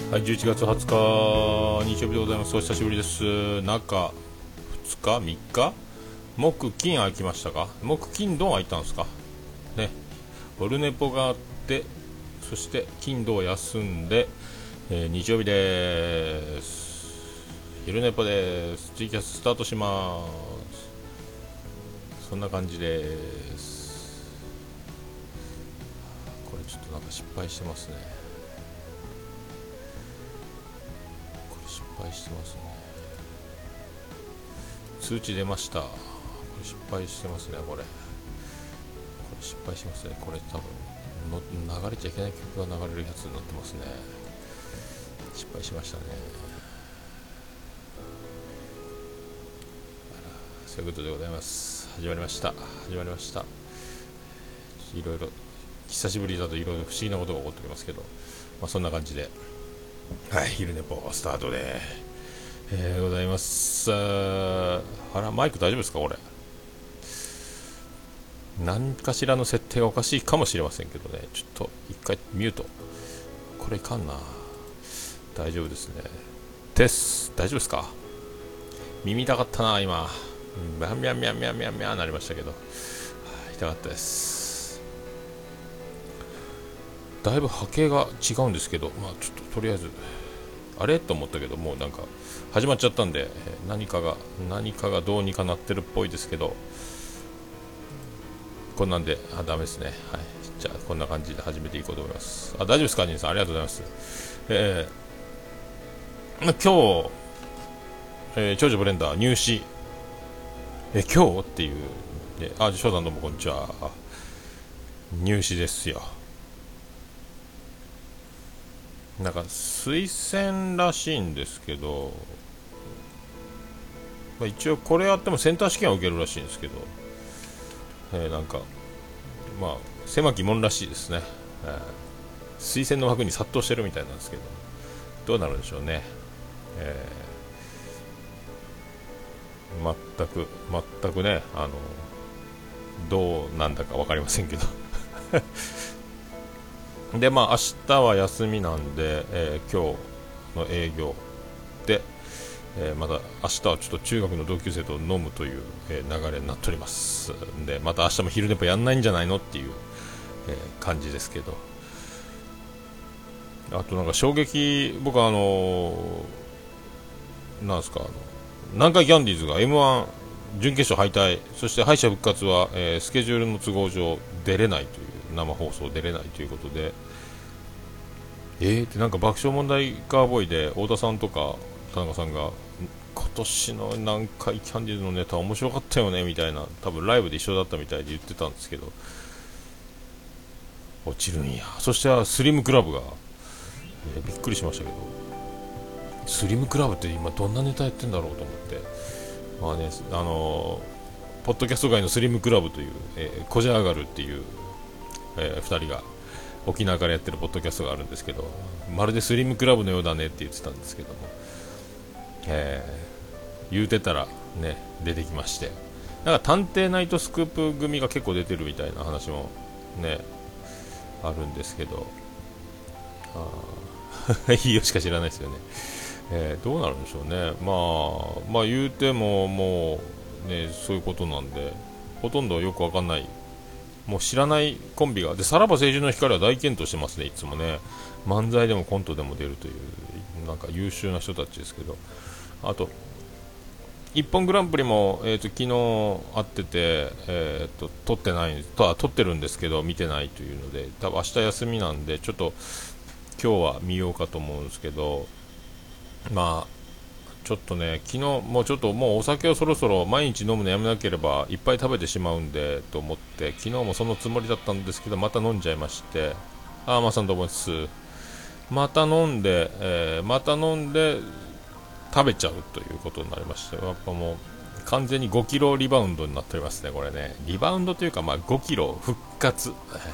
はい、11月20日日曜日でございます。お久しぶりです。中2日3日木金空きましたか。木金土空いたんですかね。オルネポがあって、そして金土休んで、日曜日です。昼ネポです。ツイキャススタートします。そんな感じです。これちょっとなんか失敗してますね。失敗してますね。通知出ました。これ失敗してますね。これ失敗してますね。これ多分流れちゃいけない曲が流れるやつになってますね。失敗しましたね。そういうことでございます。始まりました。いろいろ久しぶりだといろいろ不思議なことが起こっておりますけど、そんな感じで、はい、昼寝ぽスタートで、ございます。あら、マイク大丈夫ですか。これ何かしらの設定がおかしいかもしれませんけどね。ちょっと一回ミュート。これいかんな。大丈夫ですね。です。大丈夫ですか。耳痛かったな今。ミャンミャンミャンミャンミャンミャンなりましたけど、痛かったです。だいぶ波形が違うんですけど、ちょっととりあえずあれと思ったけど、もうなんか始まっちゃったんで、何かがどうにかなってるっぽいですけど、こんなんでダメですね。はい、じゃあこんな感じで始めていこうと思います。大丈夫ですか、兄さん。ありがとうございます。今日、長女ブレンダー入試、今日っていう、翔さんどうもこんにちは。入試ですよ。なんか推薦らしいんですけど、一応これやってもセンター試験は受けるらしいんですけど、なんか狭き門らしいですね。推薦の枠に殺到してるみたいなんですけど、どうなるんでしょうね。全くね、どうなんだか分かりませんけどで、明日は休みなんで、今日の営業で、また明日はちょっと中学の同級生と飲むという、流れになっております。で、また明日も昼寝ぽやんないんじゃないのっていう、感じですけど、あとなんか衝撃、僕はなんですか、南海キャンディーズが M1 準決勝敗退、そして敗者復活は、スケジュールの都合上出れないという、生放送出れないということで、ってなんか爆笑問題カーボーイで太田さんとか田中さんが今年の南海キャンディーズのネタ面白かったよねみたいな、多分ライブで一緒だったみたいで言ってたんですけど、落ちるんや。そしてスリムクラブが、びっくりしましたけど、スリムクラブって今どんなネタやってんだろうと思って、ポッドキャスト界のスリムクラブという、こじゃ上がるっていう、2人が沖縄からやってるポッドキャストがあるんですけど、まるでスリムクラブのようだねって言ってたんですけども、言うてたらね出てきまして、なんか探偵ナイトスクープ組が結構出てるみたいな話もねあるんですけど、いいよしか知らないですよね。どうなるんでしょうね。言うてももうねそういうことなんで、ほとんどよくわかんない、もう知らないコンビがで、さらば青春の光は大健闘してますね。いつもね漫才でもコントでも出るという、なんか優秀な人たちですけど、あと一本グランプリも、昨日会ってて、撮ってるんですけど見てないというので、多分明日休みなんでちょっと今日は見ようかと思うんですけど、ちょっとね、昨日もうお酒をそろそろ毎日飲むのやめなければいっぱい食べてしまうんでと思って、昨日もそのつもりだったんですけど、また飲んじゃいまして、さんどうもです。また飲んで食べちゃうということになりまして、やっぱもう完全に5キロリバウンドになっておりますね。これね、リバウンドというか5キロ復活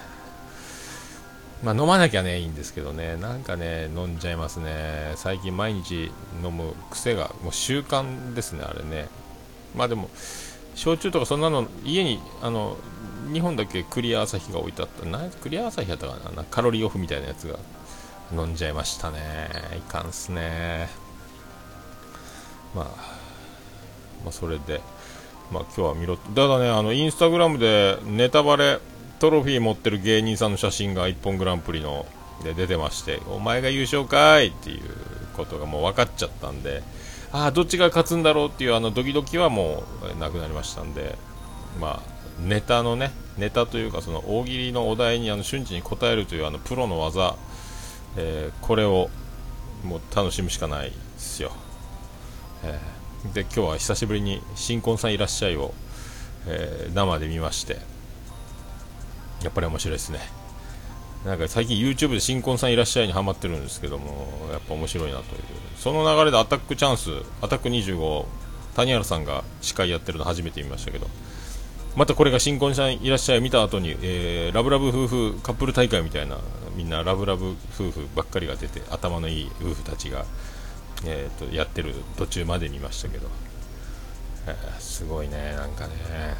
飲まなきゃねいいんですけどね、なんかね飲んじゃいますね。最近毎日飲む癖がもう習慣ですね、あれね。でも焼酎とかそんなの家に2本だけクリア朝日が置いてあった、クリア朝日やったかな、カロリーオフみたいなやつが飲んじゃいましたね。いかんすね。まあ、それで、今日は見ろ。ただね、インスタグラムでネタバレトロフィー持ってる芸人さんの写真が一本グランプリので出てまして、お前が優勝かいっていうことがもう分かっちゃったんで、どっちが勝つんだろうっていうドキドキはもうなくなりましたんで、ネタのね、ネタというかその大喜利のお題に瞬時に答えるというプロの技、これをもう楽しむしかないですよ。で今日は久しぶりに新婚さんいらっしゃいを、生で見まして、やっぱり面白いですね。なんか最近 YouTube で新婚さんいらっしゃいにハマってるんですけども、やっぱ面白いなという、その流れでアタックチャンス、アタック25、谷原さんが司会やってるの初めて見ましたけど、またこれが新婚さんいらっしゃい見た後に、ラブラブ夫婦カップル大会みたいな、みんなラブラブ夫婦ばっかりが出て、頭のいい夫婦たちが、やってる途中まで見ましたけど、すごいね、なんかね。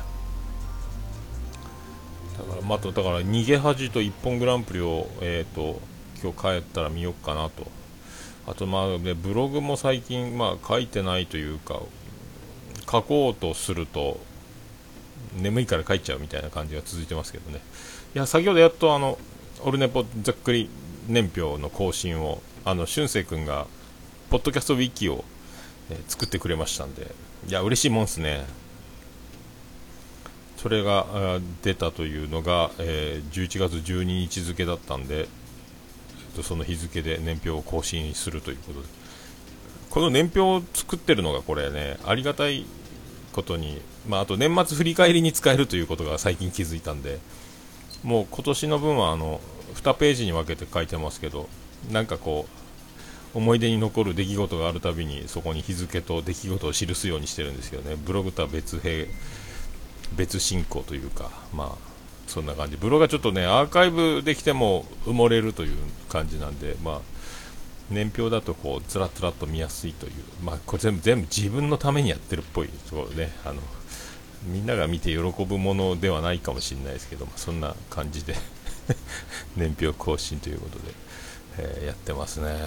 だから逃げ恥と一本グランプリを、今日帰ったら見よっかなと。あとブログも最近書いてないというか、書こうとすると眠いから書いちゃうみたいな感じが続いてますけどね。いや、先ほどやっとオルネポざっくり年表の更新を俊生君がポッドキャストウィキを、作ってくれましたんで、いや嬉しいもんですね。それが出たというのが、11月12日付だったんで、その日付で年表を更新するということで、この年表を作ってるのがこれね、ありがたいことに、あと年末振り返りに使えるということが最近気づいたんで、もう今年の分は2ページに分けて書いてますけど、なんかこう思い出に残る出来事があるたびにそこに日付と出来事を記すようにしてるんですけどね。ブログとは別進行というか、そんな感じ。ブログがちょっとね、アーカイブできても埋もれるという感じなんで、年表だとこうつらつらっと見やすいという、これ全部自分のためにやってるっぽいところね、みんなが見て喜ぶものではないかもしれないですけど、そんな感じで年表更新ということで、やってますね。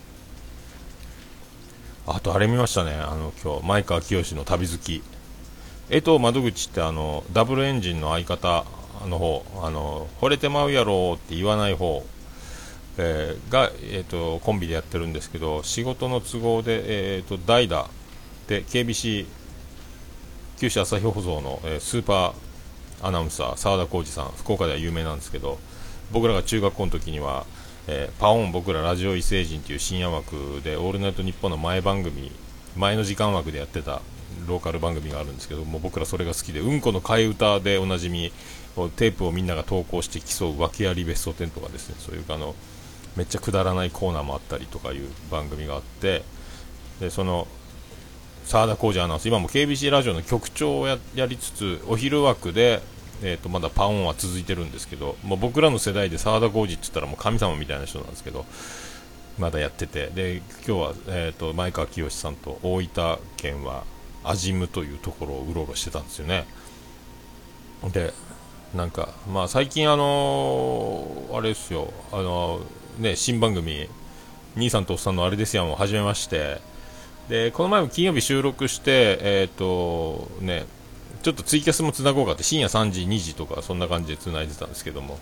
あとあれ見ましたね、今日前川清の旅好き、江藤窓口ってダブルエンジンの相方の方、惚れてまうやろって言わない方、が、コンビでやってるんですけど、仕事の都合で、代打で KBC 九州朝日放送の、スーパーアナウンサー澤田浩二さん、福岡では有名なんですけど、僕らが中学校の時には、パオン僕らラジオ異星人という深夜枠でオールナイトニッポンの前の時間枠でやってたローカル番組があるんですけども、僕らそれが好きで、うんこの替え歌でおなじみテープをみんなが投稿して競う訳ありベスト10とかですね、そういうめっちゃくだらないコーナーもあったりとかいう番組があって、でその澤田浩二アナウンサー、今も KBC ラジオの局長を やりつつお昼枠で、まだパオンは続いてるんですけど、もう僕らの世代で澤田浩二って言ったらもう神様みたいな人なんですけど、まだやってて、で今日は、前川清さんと大分県は安心院というところをうろうろしてたんですよね。でなんか最近あれですよ、新番組兄さんとおっさんのあれですやんを始めまして、でこの前も金曜日収録して、ちょっとツイキャスもつなごうかって深夜3時2時とかそんな感じでつないでたんですけども、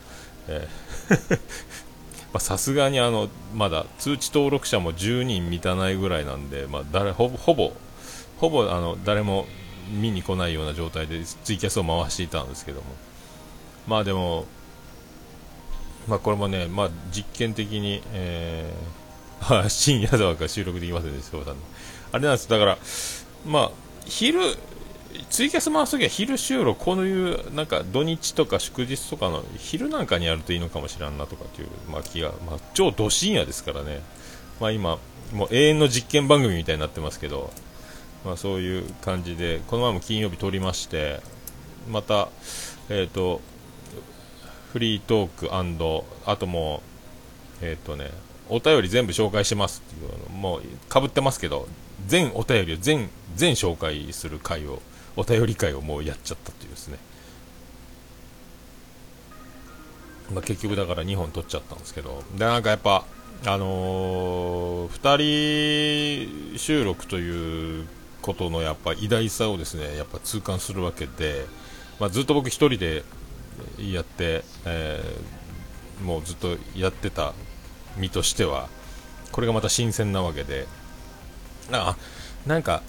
さすがにまだ通知登録者も10人満たないぐらいなんで、ほぼ誰も見に来ないような状態でツイキャスを回していたんですけども、でもこれもね、実験的に、深夜だから収録できませんでした。あれなんです。だから昼ツイキャス回すときは昼収録、こういうなんか土日とか祝日とかの昼なんかにやるといいのかもしれんなとかっていう、気が、超ど深夜ですからね。今もう永遠の実験番組みたいになってますけど、そういう感じでこの前も金曜日撮りまして、またフリートーク&あともお便り全部紹介してますっていうもうかぶってますけど、全お便りを全紹介する回を、お便り会をもうやっちゃったというですね。結局だから2本取っちゃったんですけど、でなんかやっぱ 2人収録ということのやっぱ偉大さをですねやっぱ痛感するわけで、ずっと僕一人でやって、もうずっとやってた身としてはこれがまた新鮮なわけで、なんか、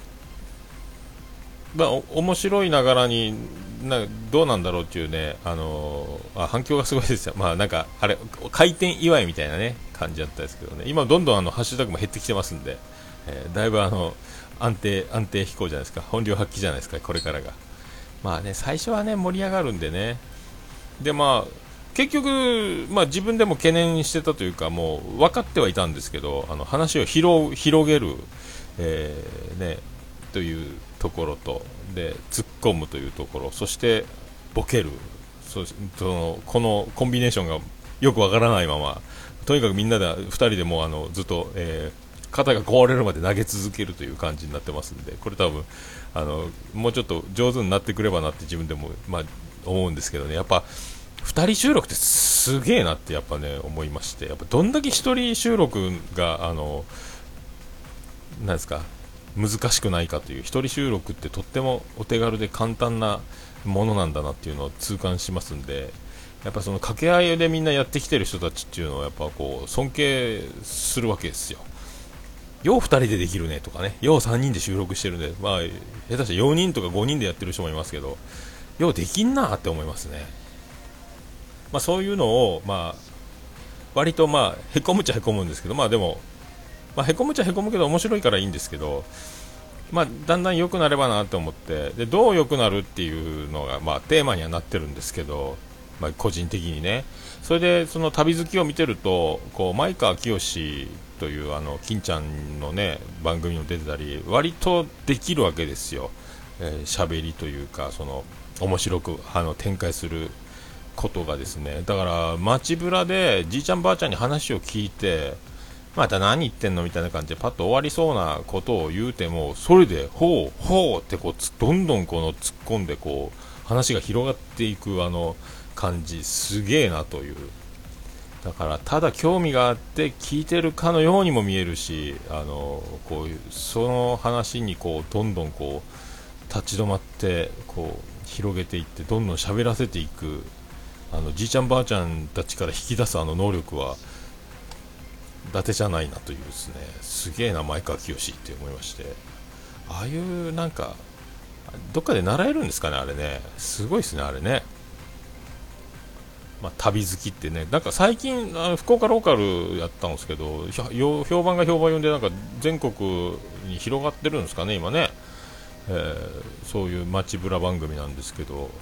面白いながらにどうなんだろうっていうね、反響がすごいですよ。なんかあれ開店祝いみたいなね感じだったですけどね、今どんどんハッシュタグも減ってきてますんで、だいぶ安定飛行じゃないですか、本領発揮じゃないですか、これからが。最初はね盛り上がるんでね。で結局、自分でも懸念してたというかもう分かってはいたんですけど、話を広げる、ね、というところとで突っ込むというところ、そしてボケる、このコンビネーションがよくわからないまま、とにかくみんなで2人でもずっと、肩が壊れるまで投げ続けるという感じになってますんで、これ多分もうちょっと上手になってくればなって自分でも、思うんですけどね。やっぱ2人収録ってすげえなってやっぱね思いまして、やっぱどんだけ1人収録がなんですか難しくないかという、一人収録ってとってもお手軽で簡単なものなんだなっていうのを痛感しますんで、やっぱその掛け合いでみんなやってきてる人たちっていうのはやっぱこう尊敬するわけですよ。よう2人でできるねとかね、よう3人で収録してるんで、下手したら4人とか5人でやってる人もいますけど、ようできんなって思いますね。そういうのを割とへこむっちゃへこむんですけど、でもへこむっちゃへこむけど面白いからいいんですけど、だんだん良くなればなと思って、でどう良くなるっていうのが、テーマにはなってるんですけど、個人的にね。それでその旅好きを見てるとこう前川清という金ちゃんのね番組にも出てたり割とできるわけですよ。喋りというかその面白く展開することがですね。だから街ぶらでじいちゃんばあちゃんに話を聞いて、また何言ってんのみたいな感じでパッと終わりそうなことを言うても、それでほうほうってこうどんどんこの突っ込んでこう話が広がっていく感じすげえなという。だからただ興味があって聞いてるかのようにも見えるし、こういうその話にこうどんどんこう立ち止まってこう広げていってどんどん喋らせていくじいちゃんばあちゃんたちから引き出す能力は伊達じゃないなというですね、すげえな前川清って思いまして、ああいうなんかどっかで習えるんですかね、あれね、すごいですねあれね。旅好きってね、なんか最近福岡ローカルやったんですけど、評判が評判呼んでなんか全国に広がってるんですかね今ね、そういう街ブラ番組なんですけど、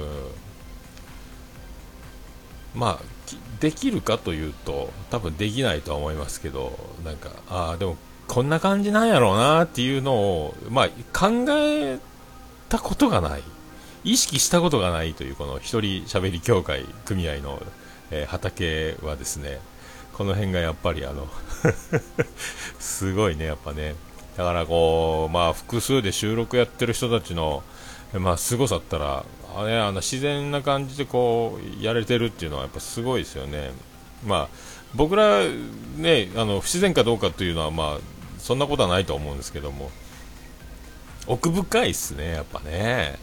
できるかというと多分できないとは思いますけど、なんかでもこんな感じなんやろうなっていうのを、考えたことがない、意識したことがないというこの一人喋り協会組合の、畑はですね、この辺がやっぱりすごいねやっぱね。だからこう複数で収録やってる人たちの凄さったら自然な感じでこうやれてるっていうのはやっぱすごいですよね。僕らね不自然かどうかというのはそんなことはないと思うんですけども、奥深いっすねやっぱね。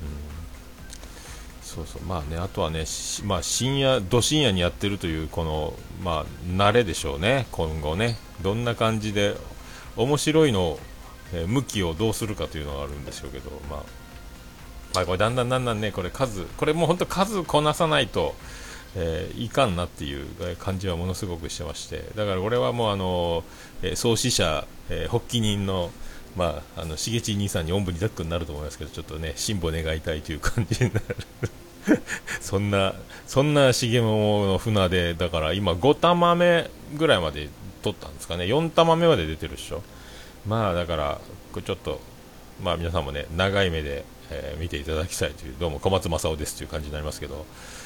そうそうあとはねど深夜にやってるというこの慣れでしょうね。今後ねどんな感じで面白いの、向きをどうするかというのがあるんでしょうけど、これだんだんねこれもう本当数こなさないと、いかんなっていう感じはものすごくしてまして、だから俺はもう創始者、発起人のしげち兄さんにおんぶに抱っこになると思いますけど、ちょっとね辛抱願いたいという感じになるそんな重桃の船で、だから今5玉目ぐらいまで取ったんですかね。4玉目まで出てるでしょ。だからこれちょっと皆さんもね長い目で、見ていただきたいという、どうも小松政夫ですという感じになりますけど、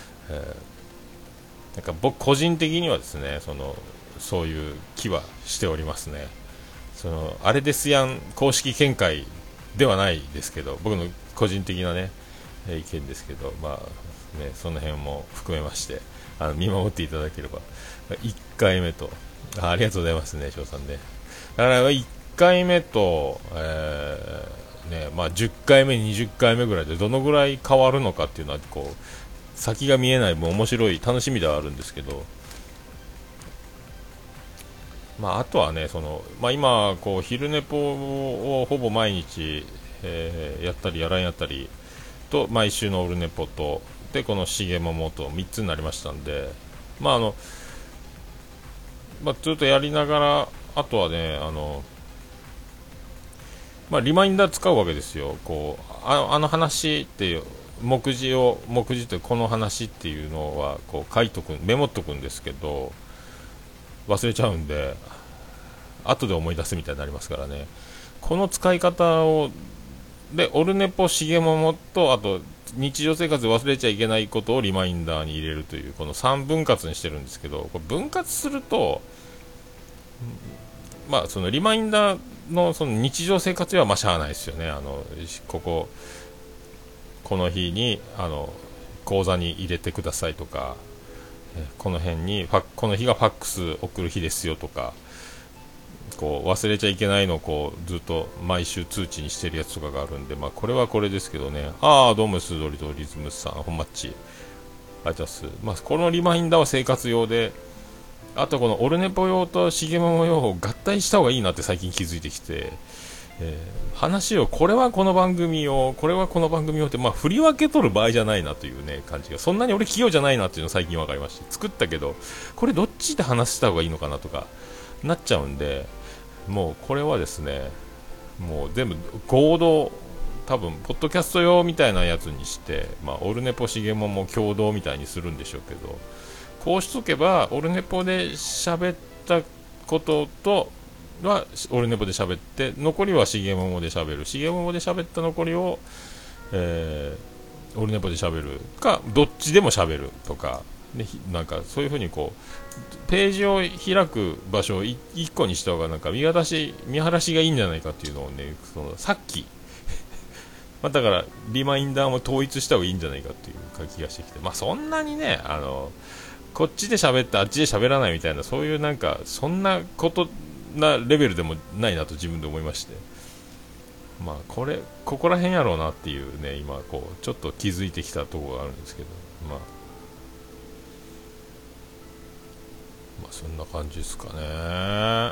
なんか僕個人的にはですねそういう気はしておりますね。あれですやん公式見解ではないですけど、僕の個人的なね意見ですけど、その辺も含めまして見守っていただければ。1回目とありがとうございますね、翔さんね。だから1回目と、まあ、10回目、20回目ぐらいでどのぐらい変わるのかっていうのはこう先が見えない分面白い楽しみではあるんですけど、まあ、あとはねまあ、今こう昼寝ぽをほぼ毎日、やったりやらんやったりと毎週のオルネポとでこのしげももと3つになりましたんで、まあまあ、ずっとやりながらあとはねまあ、リマインダー使うわけですよ。こうあの話っていう目次ってこの話っていうのはこう書いとくメモっとくんですけど忘れちゃうんで後で思い出すみたいになりますからね。この使い方をでオルネポしげももとあと日常生活で忘れちゃいけないことをリマインダーに入れるというこの3分割にしてるんですけど、これ分割するとまあそのリマインダーのその日常生活はまあしゃあないですよね。この日に口座に入れてくださいとか、この辺にこの日がファックス送る日ですよとか、こう忘れちゃいけないのをこうずっと毎週通知にしてるやつとかがあるんで、まあ、これはこれですけどね。ああどうもスードリとリズムさん本マッチありがとうございます。まあ、このリマインダーは生活用で、あとこのオルネポ用とシゲモモ用を合体した方がいいなって最近気づいてきて、話をこれはこの番組用これはこの番組用って、まあ、振り分け取る場合じゃないなというね感じが、そんなに俺器用じゃないなっていうの最近分かりまして、作ったけどこれどっちで話した方がいいのかなとかなっちゃうんで、もうこれはですねもう全部合同多分ポッドキャスト用みたいなやつにして、まあ、オルネポシゲモも共同みたいにするんでしょうけど、こうしとけばオルネポで喋ったこととはオルネポで喋って残りはシゲモモで喋る、シゲモモで喋った残りを、オルネポで喋るかどっちでも喋るとかで、なんかそういう風にこうページを開く場所を1個にした方がなんか見晴らしがいいんじゃないかっていうのをねさっきまあだからリマインダーも統一した方がいいんじゃないかっていう気がしてきて、まあそんなにねこっちで喋ってあっちで喋らないみたいなそういうなんかそんなことなレベルでもないなと自分で思いまして、まあここら辺やろうなっていうね今こうちょっと気づいてきたところがあるんですけど、まあそんな感じですかね。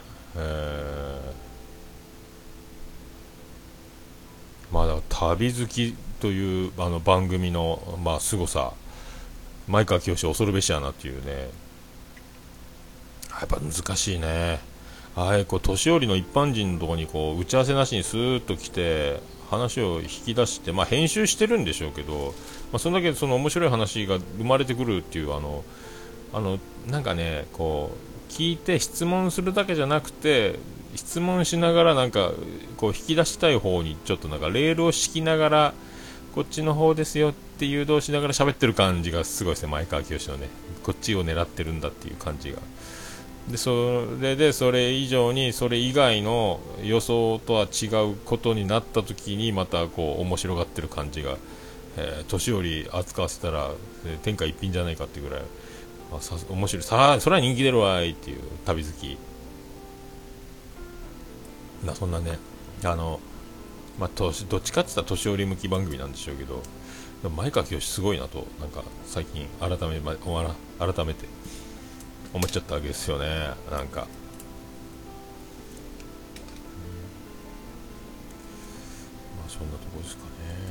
まあだから旅好きという番組のまあ凄さ、前川清恐るべしやなっていうね、やっぱ難しいね。ああいうこう年寄りの一般人のところにこう打ち合わせなしにスーッと来て話を引き出して、まあ、編集してるんでしょうけど、まあ、それだけその面白い話が生まれてくるっていうなんかねこう聞いて質問するだけじゃなくて質問しながらなんかこう引き出したい方にちょっとなんかレールを敷きながらこっちの方ですよって誘導しながら喋ってる感じがすごいですね。前川清のねこっちを狙ってるんだっていう感じがで、それ以上にそれ以外の予想とは違うことになった時にまたこう面白がってる感じが、年寄り扱わせたら、天下一品じゃないかっていうぐらい面白い、さあそれは人気出るわいっていう旅好きな、そんなねまあ、どっちかって言ったら年寄り向き番組なんでしょうけど、前川清すごいなとなんか最近改めて思っちゃったわけですよね。なんか、まあそんなとこですかね。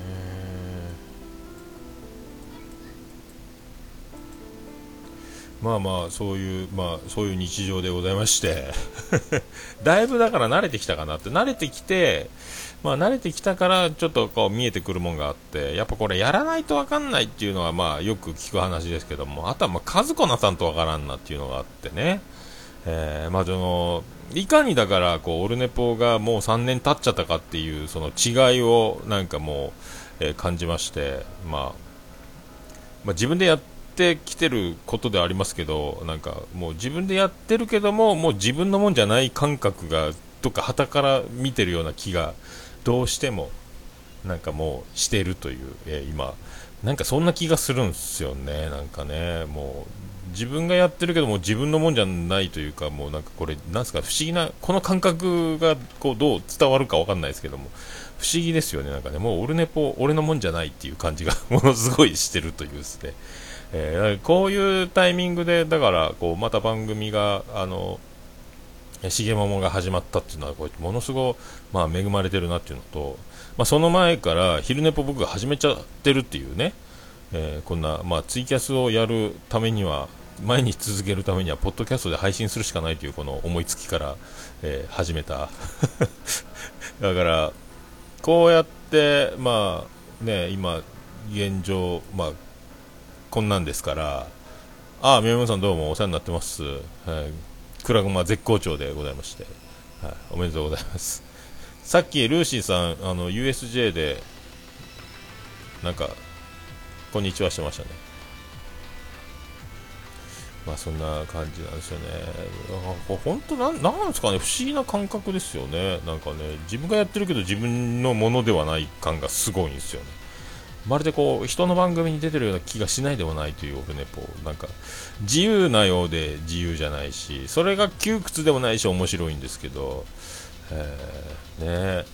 まあまあそういう日常でございましてだいぶだから慣れてきたかなって、慣れてきてまあ慣れてきたからちょっとこう見えてくるもんがあって、やっぱこれやらないと分かんないっていうのはまあよく聞く話ですけども、あとはまあ数子なさんと分からんなっていうのがあってね、まあいかにだからこうオルネポがもう3年経っちゃったかっていうその違いをなんかもう、感じまして、まあ自分でやってきてることではありますけど、なんかもう自分でやってるけどももう自分のもんじゃない感覚がとか傍から見てるような気がどうしてもなんかもうしているという、今なんかそんな気がするんですよね。なんかねも自分がやってるけども自分のもんじゃないというか、もうなんかこれなんすか、不思議なこの感覚がこうどう伝わるかわかんないですけども、不思議ですよね。なんかね、もうオルネポ俺のもんじゃないっていう感じがものすごいしてるというですね、こういうタイミングでだからこうまた番組がしげももが始まったっていうのはこうものすごく、まあ、恵まれてるなっていうのと、まあ、その前から昼寝ぽ僕が始めちゃってるっていうね、こんな、まあ、ツイキャスをやるためには毎日続けるためにはポッドキャストで配信するしかないというこの思いつきから、始めただからこうやってまあね今現状まあこんなんですから、宮本さんどうもお世話になってます、クラゴマ絶好調でございまして、はい、おめでとうございます。さっきルーシーさんUSJ でなんかこんにちはしてましたね。まあそんな感じなんですよね。本当なんですかね、不思議な感覚ですよね。なんかね、自分がやってるけど自分のものではない感がすごいんですよね。まるでこう人の番組に出てるような気がしないでもないというオルネポ、なんか自由なようで自由じゃないし、それが窮屈でもないし面白いんですけど、ね、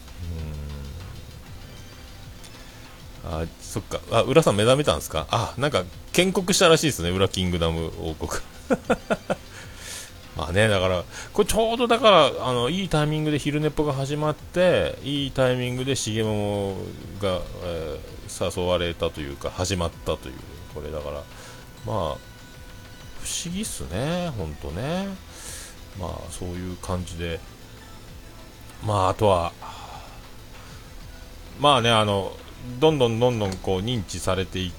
そっか、浦さん目覚めたんですか。なんか建国したらしいですね、浦キングダム王国まあね、だからこれちょうどだからいいタイミングで昼寝っぽが始まって、いいタイミングで重桃が、誘われたというか始まったという、これだからまあ不思議っすね、ほんとね。まあそういう感じで、まああとはまあね、どんどんこう認知されていって、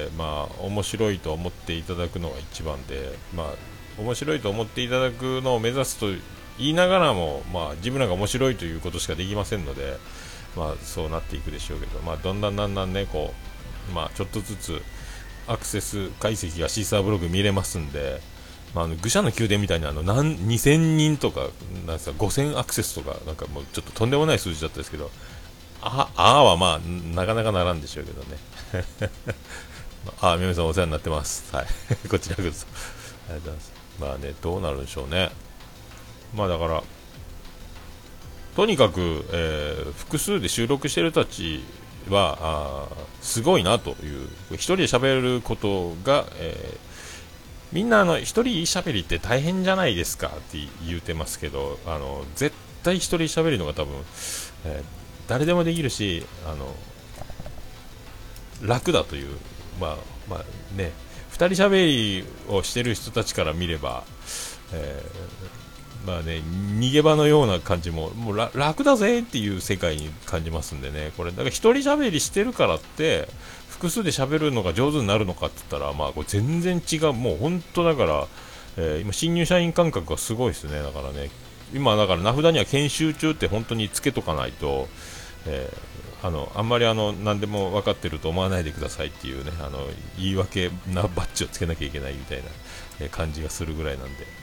まあ面白いと思っていただくのが一番で、まあ面白いと思っていただくのを目指すと言いながらも、まあ自分らが面白いということしかできませんので、まあそうなっていくでしょうけど、まあだんだんね、こうまあちょっとずつアクセス解析がシーサーブログ見れますんで、まあ、愚者の宮殿みたいに2000人とかなんですか5000アクセスとかなんかもうちょっととんでもない数字だったんですけど、はまあなかなかならんでしょうけどねみみさんお世話になってます。はいこちらこそありがとうございます。まあね、どうなるんでしょうね。まあだからとにかく、複数で収録してる人たちはすごいなという、一人で喋ることが、みんな一人喋りって大変じゃないですかって言うてますけど、絶対一人喋るのが多分、誰でもできるし楽だという、まあね、二人喋りをしてる人たちから見れば、まあね、逃げ場のような感じもう楽だぜっていう世界に感じますんでね。これだから一人喋りしてるからって複数で喋るのが上手になるのかって言ったら、まあこれ全然違う。もう本当だから、今新入社員感覚がすごいですね。だからね、今だから名札には研修中って本当につけとかないと、あんまり何でも分かってると思わないでくださいっていうね、言い訳なバッジをつけなきゃいけないみたいな、感じがするぐらいなんで、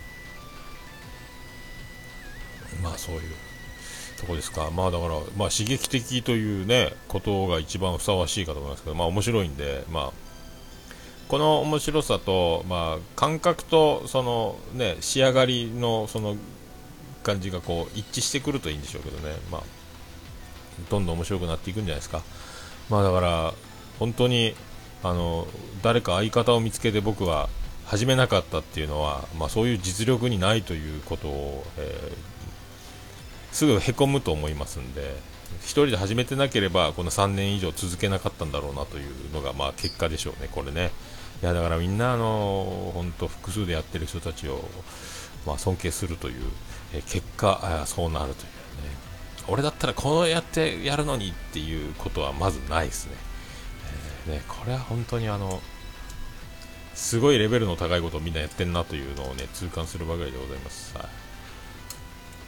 まあそういうとこですか。まあだから、まあ刺激的というねことが一番ふさわしいかと思いますけど、まあ面白いんで、まあこの面白さと、まあ感覚とそのね仕上がりのその感じがこう一致してくるといいんでしょうけどね。まあどんどん面白くなっていくんじゃないですか。まあだから本当に誰か相方を見つけて僕は始めなかったっていうのは、まあそういう実力にないということを、すぐへこむと思いますんで、一人で始めてなければこの3年以上続けなかったんだろうなというのがまあ結果でしょうね、これね。いやだからみんな本当複数でやってる人たちを、まあ、尊敬するという、結果そうなるというね。俺だったらこうやってやるのにっていうことはまずないですね。これは本当にすごいレベルの高いことをみんなやってんなというのをね痛感するばかりでございます。はい、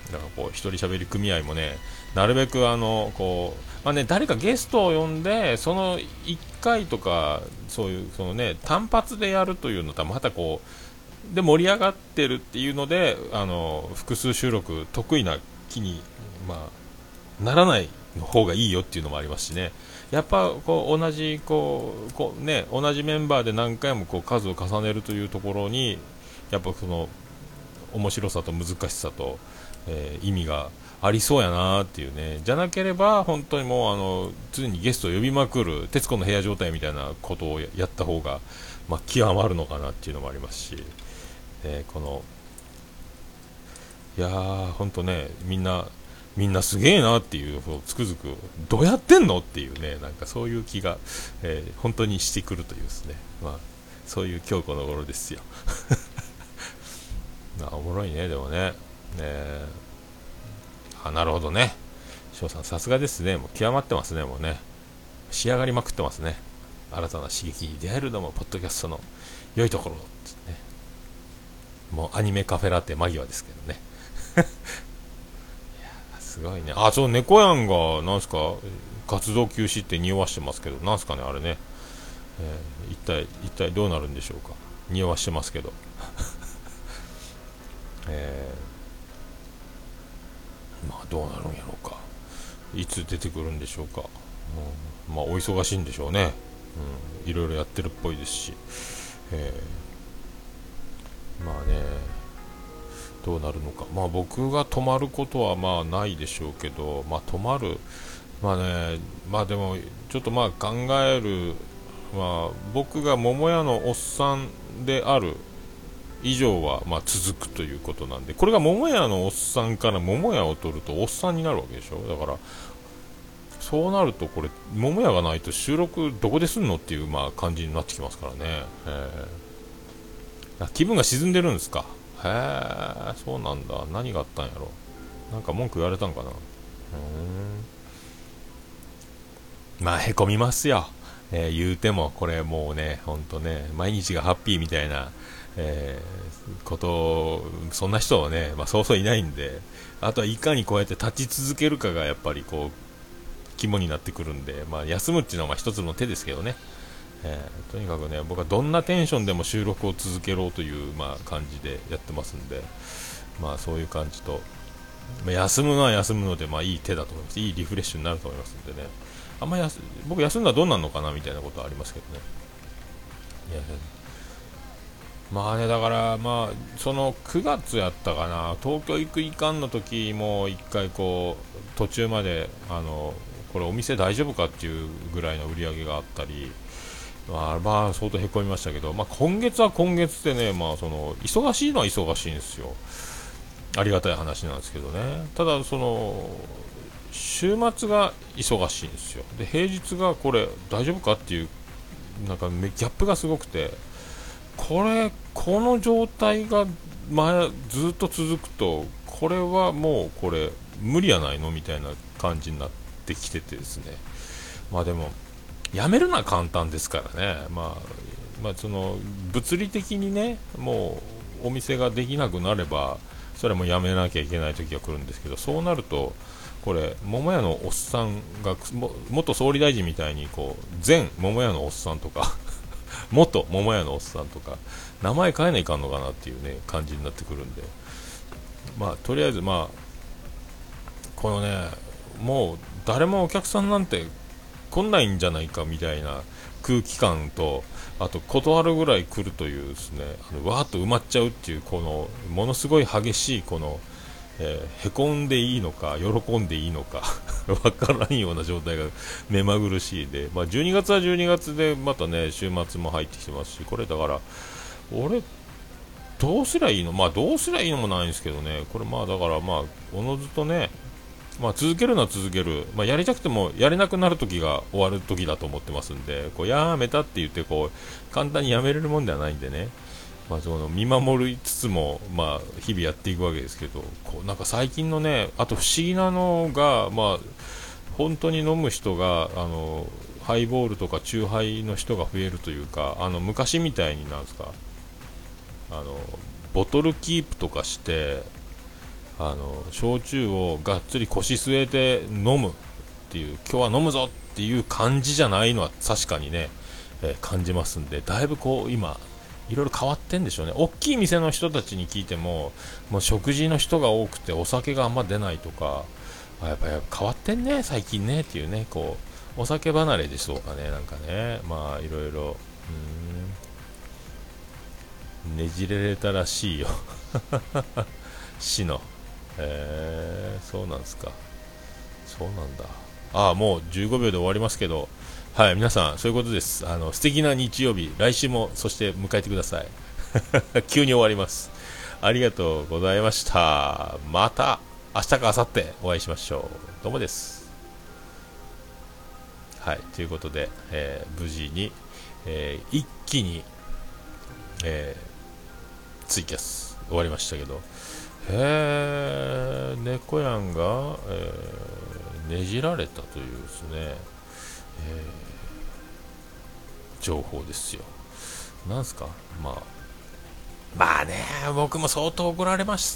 だからこう一人喋り組合もね、なるべくこう、まあね、誰かゲストを呼んでその1回とかそういうそのね単発でやるというのとはまたこうで盛り上がってるっていうので複数収録得意な気に、まあ、ならないの方がいいよっていうのもありますしね。 やっぱこう同じね、同じメンバーで何回もこう数を重ねるというところにやっぱその面白さと難しさと、意味がありそうやなっていうね。じゃなければ本当にもう常にゲストを呼びまくる徹子の部屋状態みたいなことをやった方が、まあ、極まるのかなっていうのもありますし、いやー本当ね、みんなすげえなっていう、つくづくどうやってんのっていうね、なんかそういう気が、本当にしてくるというですね、まあそういう今日この頃ですよ。おもろいね、でもね。なるほどね。翔さん、さすがですね。もう極まってますね、もうね。仕上がりまくってますね。新たな刺激に出会えるのも、ポッドキャストの良いところですね。もうアニメカフェラテ間際ですけどね。すごいね。猫やんが、なんすか、活動休止って匂わしてますけど、なんすかね、あれね。一体どうなるんでしょうか。匂わしてますけど。まあどうなるんやろうか。いつ出てくるんでしょうか。まあお忙しいんでしょうね。いろいろやってるっぽいですし、まあね、どうなるのか。まあ僕が泊まることはまあないでしょうけど、まあ泊まる、まあね、まあでもちょっとまあ考える、まあ僕が桃屋のおっさんである以上はまあ続くということなんで、これが桃屋のおっさんから桃屋を取るとおっさんになるわけでしょ。だからそうなるとこれ桃屋がないと収録どこですんのっていうまあ感じになってきますからね。気分が沈んでるんですか。へえ、そうなんだ。何があったんやろ。なんか文句言われたんかな。まあへこみますよ。言うてもこれもうね、ほんとね、毎日がハッピーみたいな、そんな人はね、まあ、そうそういないんで、あとはいかにこうやって立ち続けるかがやっぱりこう肝になってくるんで、まあ、休むっていうのはまあ一つの手ですけどね。とにかくね、僕はどんなテンションでも収録を続けろという、まあ、感じでやってますんで、まあ、そういう感じと、まあ、休むのは休むので、まあ、いい手だと思います。いいリフレッシュになると思いますんでね。僕休んだらどうなるのかなみたいなことはありますけどね。いや、まあね、だからまあその9月やったかな、東京行くいかんの時も一回こう途中までこれお店大丈夫かっていうぐらいの売り上げがあったり、まあ相当へこみましたけど、まあ、今月は今月でね、まあその忙しいのは忙しいんですよ。ありがたい話なんですけどね。ただその週末が忙しいんですよ。で平日がこれ大丈夫かっていうなんかギャップがすごくて、この状態がずっと続くと、これはもうこれ無理やないのみたいな感じになってきててですね。まあでもやめるのは簡単ですからね。まあその物理的にね、もうお店ができなくなればそれもやめなきゃいけない時が来るんですけど、そうなるとこれ桃屋のおっさんが元総理大臣みたいにこう前桃屋のおっさんとか元桃屋のおっさんとか名前変えないかんのかなっていうね感じになってくるんで、まあとりあえずまあこのね、もう誰もお客さんなんて来ないんじゃないかみたいな空気感と、あと断るぐらい来るというですね、わーっと埋まっちゃうっていうこのものすごい激しいこの、へこんでいいのか喜んでいいのかわからんような状態が目まぐるしいで、まあ、12月は12月でまたね週末も入ってきてますし、これだから俺どうすりゃいいの、まあどうすりゃいいのもないんですけどね、これまあだからまあおのずとね、まあ、続けるのは続ける、まあ、やりたくてもやれなくなる時が終わる時だと思ってますんで、こうやめたって言ってこう簡単にやめれるもんではないんでね、まあ、その見守りつつも、まあ、日々やっていくわけですけど、こうなんか最近のね、あと不思議なのが、まあ、本当に飲む人がハイボールとかチューハイの人が増えるというか、昔みたいになんですか、ボトルキープとかして焼酎をがっつり腰据えて飲むっていう、今日は飲むぞっていう感じじゃないのは確かにね、感じますんで、だいぶこう今いろいろ変わってんでしょうね。大きい店の人たちに聞いても、もう食事の人が多くてお酒があんま出ないとか、やっぱ変わってんね最近ねっていうね、こお酒離れでしょうかね、なんかね、まあいろいろ、ねじれれたらしいよ死の、そうなんですか、そうなんだ。ああ、もう15秒で終わりますけど、はい、皆さんそういうことです。素敵な日曜日、来週もそして迎えてください急に終わります。ありがとうございました。また明日か明後日お会いしましょう。どうもです。はい、ということで、無事に、一気に、ツイキャス終わりましたけど、猫やんが、ねじられたというですね、情報ですよ。なんすか、まあね、僕も相当怒られまして、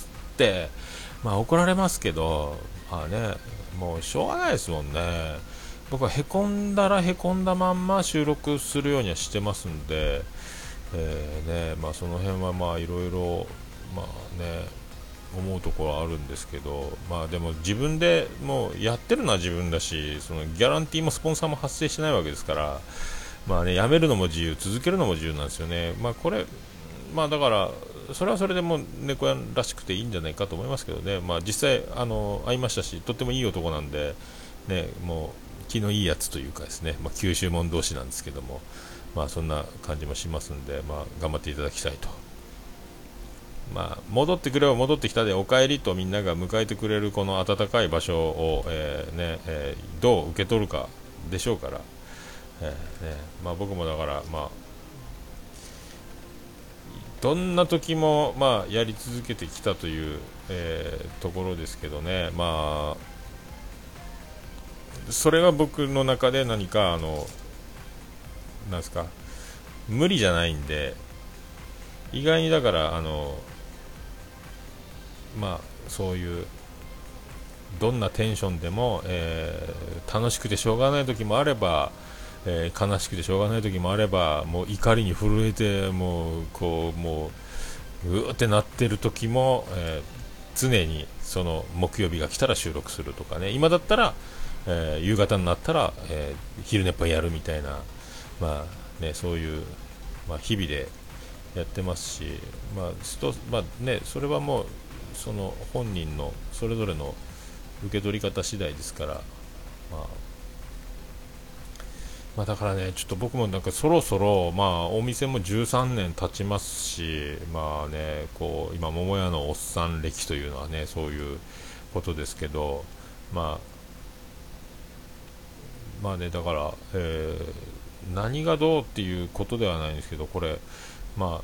まあ怒られますけど、まあね、もうしょうがないですもんね。僕はへこんだらへこんだまんま収録するようにはしてますんで、まあ、その辺はまあいろいろ、まあね、思うところはあるんですけど、まあでも自分でもうやってるのは自分だし、そのギャランティーもスポンサーも発生してないわけですから、まあね、やめるのも自由、続けるのも自由なんですよね。まあこれ、まあだからそれはそれでも猫やんらしくていいんじゃないかと思いますけどね。まあ実際会いましたし、とってもいい男なんでね、もう気のいいやつというかですね、まあ九州門同士なんですけども、まあそんな感じもしますんで、まあ頑張っていただきたいと。まあ、戻ってくれば戻ってきたでお帰りとみんなが迎えてくれるこの温かい場所を、どう受け取るかでしょうから、まあ、僕もだから、まあ、どんな時も、まあ、やり続けてきたという、ところですけどね、まあ、それが僕の中で何かなんですか、無理じゃないんで、意外にだからまあ、そういうどんなテンションでも、楽しくてしょうがない時もあれば、悲しくてしょうがない時もあれば、もう怒りに震えてもううーってなってる時も、常にその木曜日が来たら収録するとかね、今だったら、夕方になったら、昼寝っぱやるみたいな、まあね、そういう、まあ、日々でやってますし、まあね、それはもうその本人のそれぞれの受け取り方次第ですから、まあ、まあだからね、ちょっと僕もなんかそろそろ、まあお店も13年経ちますし、まあね、こう今桃屋のおっさん歴というのはね、そういうことですけど、まあまあね、だから、何がどうっていうことではないんですけど、これ、まあ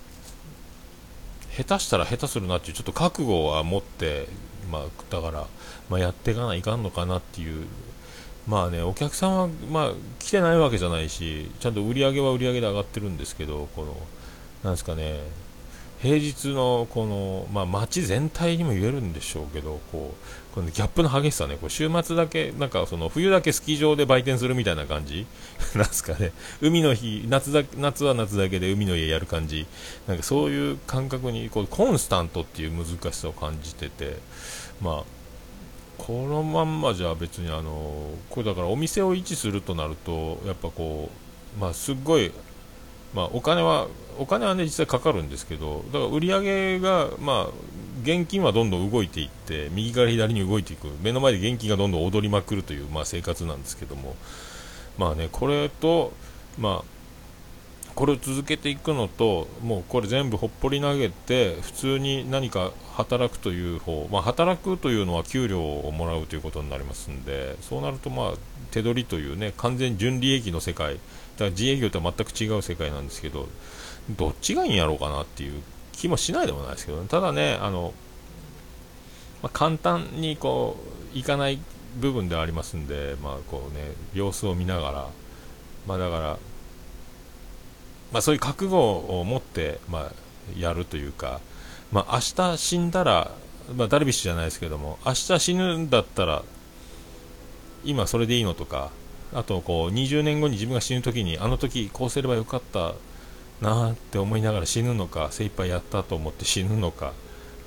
下手したら下手するなっていうちょっと覚悟は持って、まあ、だから、まあ、やっていかないかんのかなっていう、まあね、お客さんは、まあ、来てないわけじゃないし、ちゃんと売り上げは売り上げで上がってるんですけど、このなんですかね、平日のこの、まあ、街全体にも言えるんでしょうけど、このギャップの激しさね、週末だけ、なんかその冬だけスキー場で売店するみたいな感じなんですかね、海の日、夏は夏だけで海の家やる感じ、なんかそういう感覚にコンスタントっていう難しさを感じてて、まあ、このまんまじゃ別にこれだからお店を維持するとなると、やっぱまあ、すっごい、まあ、お金はね実際かかるんですけど、だから売り上げが、まあ、現金はどんどん動いていって右から左に動いていく、目の前で現金がどんどん踊りまくるという、まあ、生活なんですけども、まあね、これと、まあ、これを続けていくのと、もうこれ全部ほっぽり投げて普通に何か働くという方、まあ、働くというのは給料をもらうということになりますんで、そうなるとまあ手取りというね、完全純利益の世界だから、自営業とは全く違う世界なんですけど、どっちがいいんやろうかなっていう気もしないでもないですけどね。ただね、まあ、簡単にいかない部分ではありますんで、まあ様子を見ながら、まあだから、まあ、そういう覚悟を持って、まあ、やるというか、まあ、明日死んだら、まあ、ダルビッシュじゃないですけども、明日死ぬんだったら今それでいいのとか、あと20年後に自分が死ぬ時にあの時こうすればよかったなーって思いながら死ぬのか、精一杯やったと思って死ぬのか、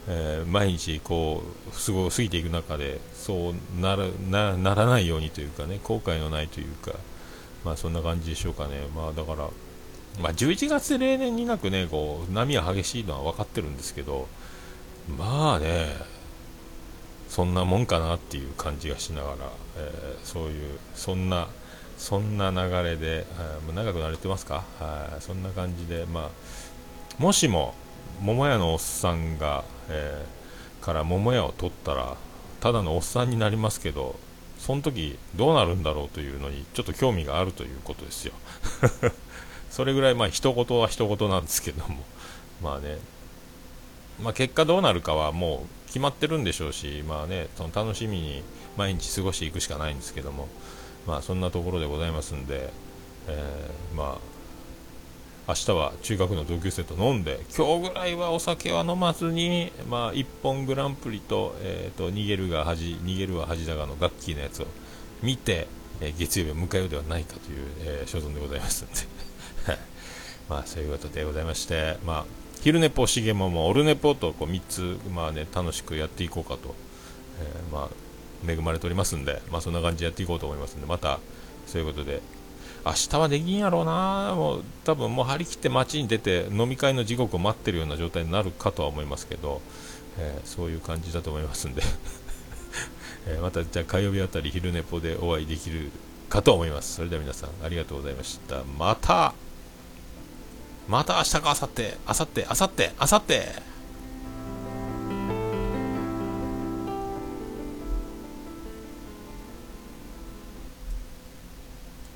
毎日こう過ぎていく中でそうならないようにというかね、後悔のないというか、まあそんな感じでしょうかね。まあだから、まあ、11月で例年になくね、こう波が激しいのは分かってるんですけど、まあね、そんなもんかなっていう感じがしながら、そういうそんな流れで、もう長くなれてますか、そんな感じで、まあ、もしも桃屋のおっさんが、から桃屋を取ったらただのおっさんになりますけど、その時どうなるんだろうというのにちょっと興味があるということですよ。それぐらいまあ一言は一言なんですけども、まあね、まあ、結果どうなるかはもう決まってるんでしょうし、まあね、その楽しみに毎日過ごしていくしかないんですけども、まあそんなところでございますんで、まあ明日は中学の同級生と飲んで、今日ぐらいはお酒は飲まずに、まあ、一本グランプリと、逃げるは恥だがのガッキーのやつを見て、月曜日を迎えようではないかという、所存でございますのでまあそういうことでございまして、まあ昼寝ぽしげももオルネポとこう3つ、まあね、楽しくやっていこうかと、まあ恵まれておりますんで、まあそんな感じでやっていこうと思いますんで、またそういうことで明日はできんやろうな、もう多分もう張り切って街に出て飲み会の時刻を待ってるような状態になるかとは思いますけど、そういう感じだと思いますんでまたじゃあ火曜日あたり昼寝ぽでお会いできるかと思います。それでは皆さんありがとうございました。また明日か明後日、明後日、明後日。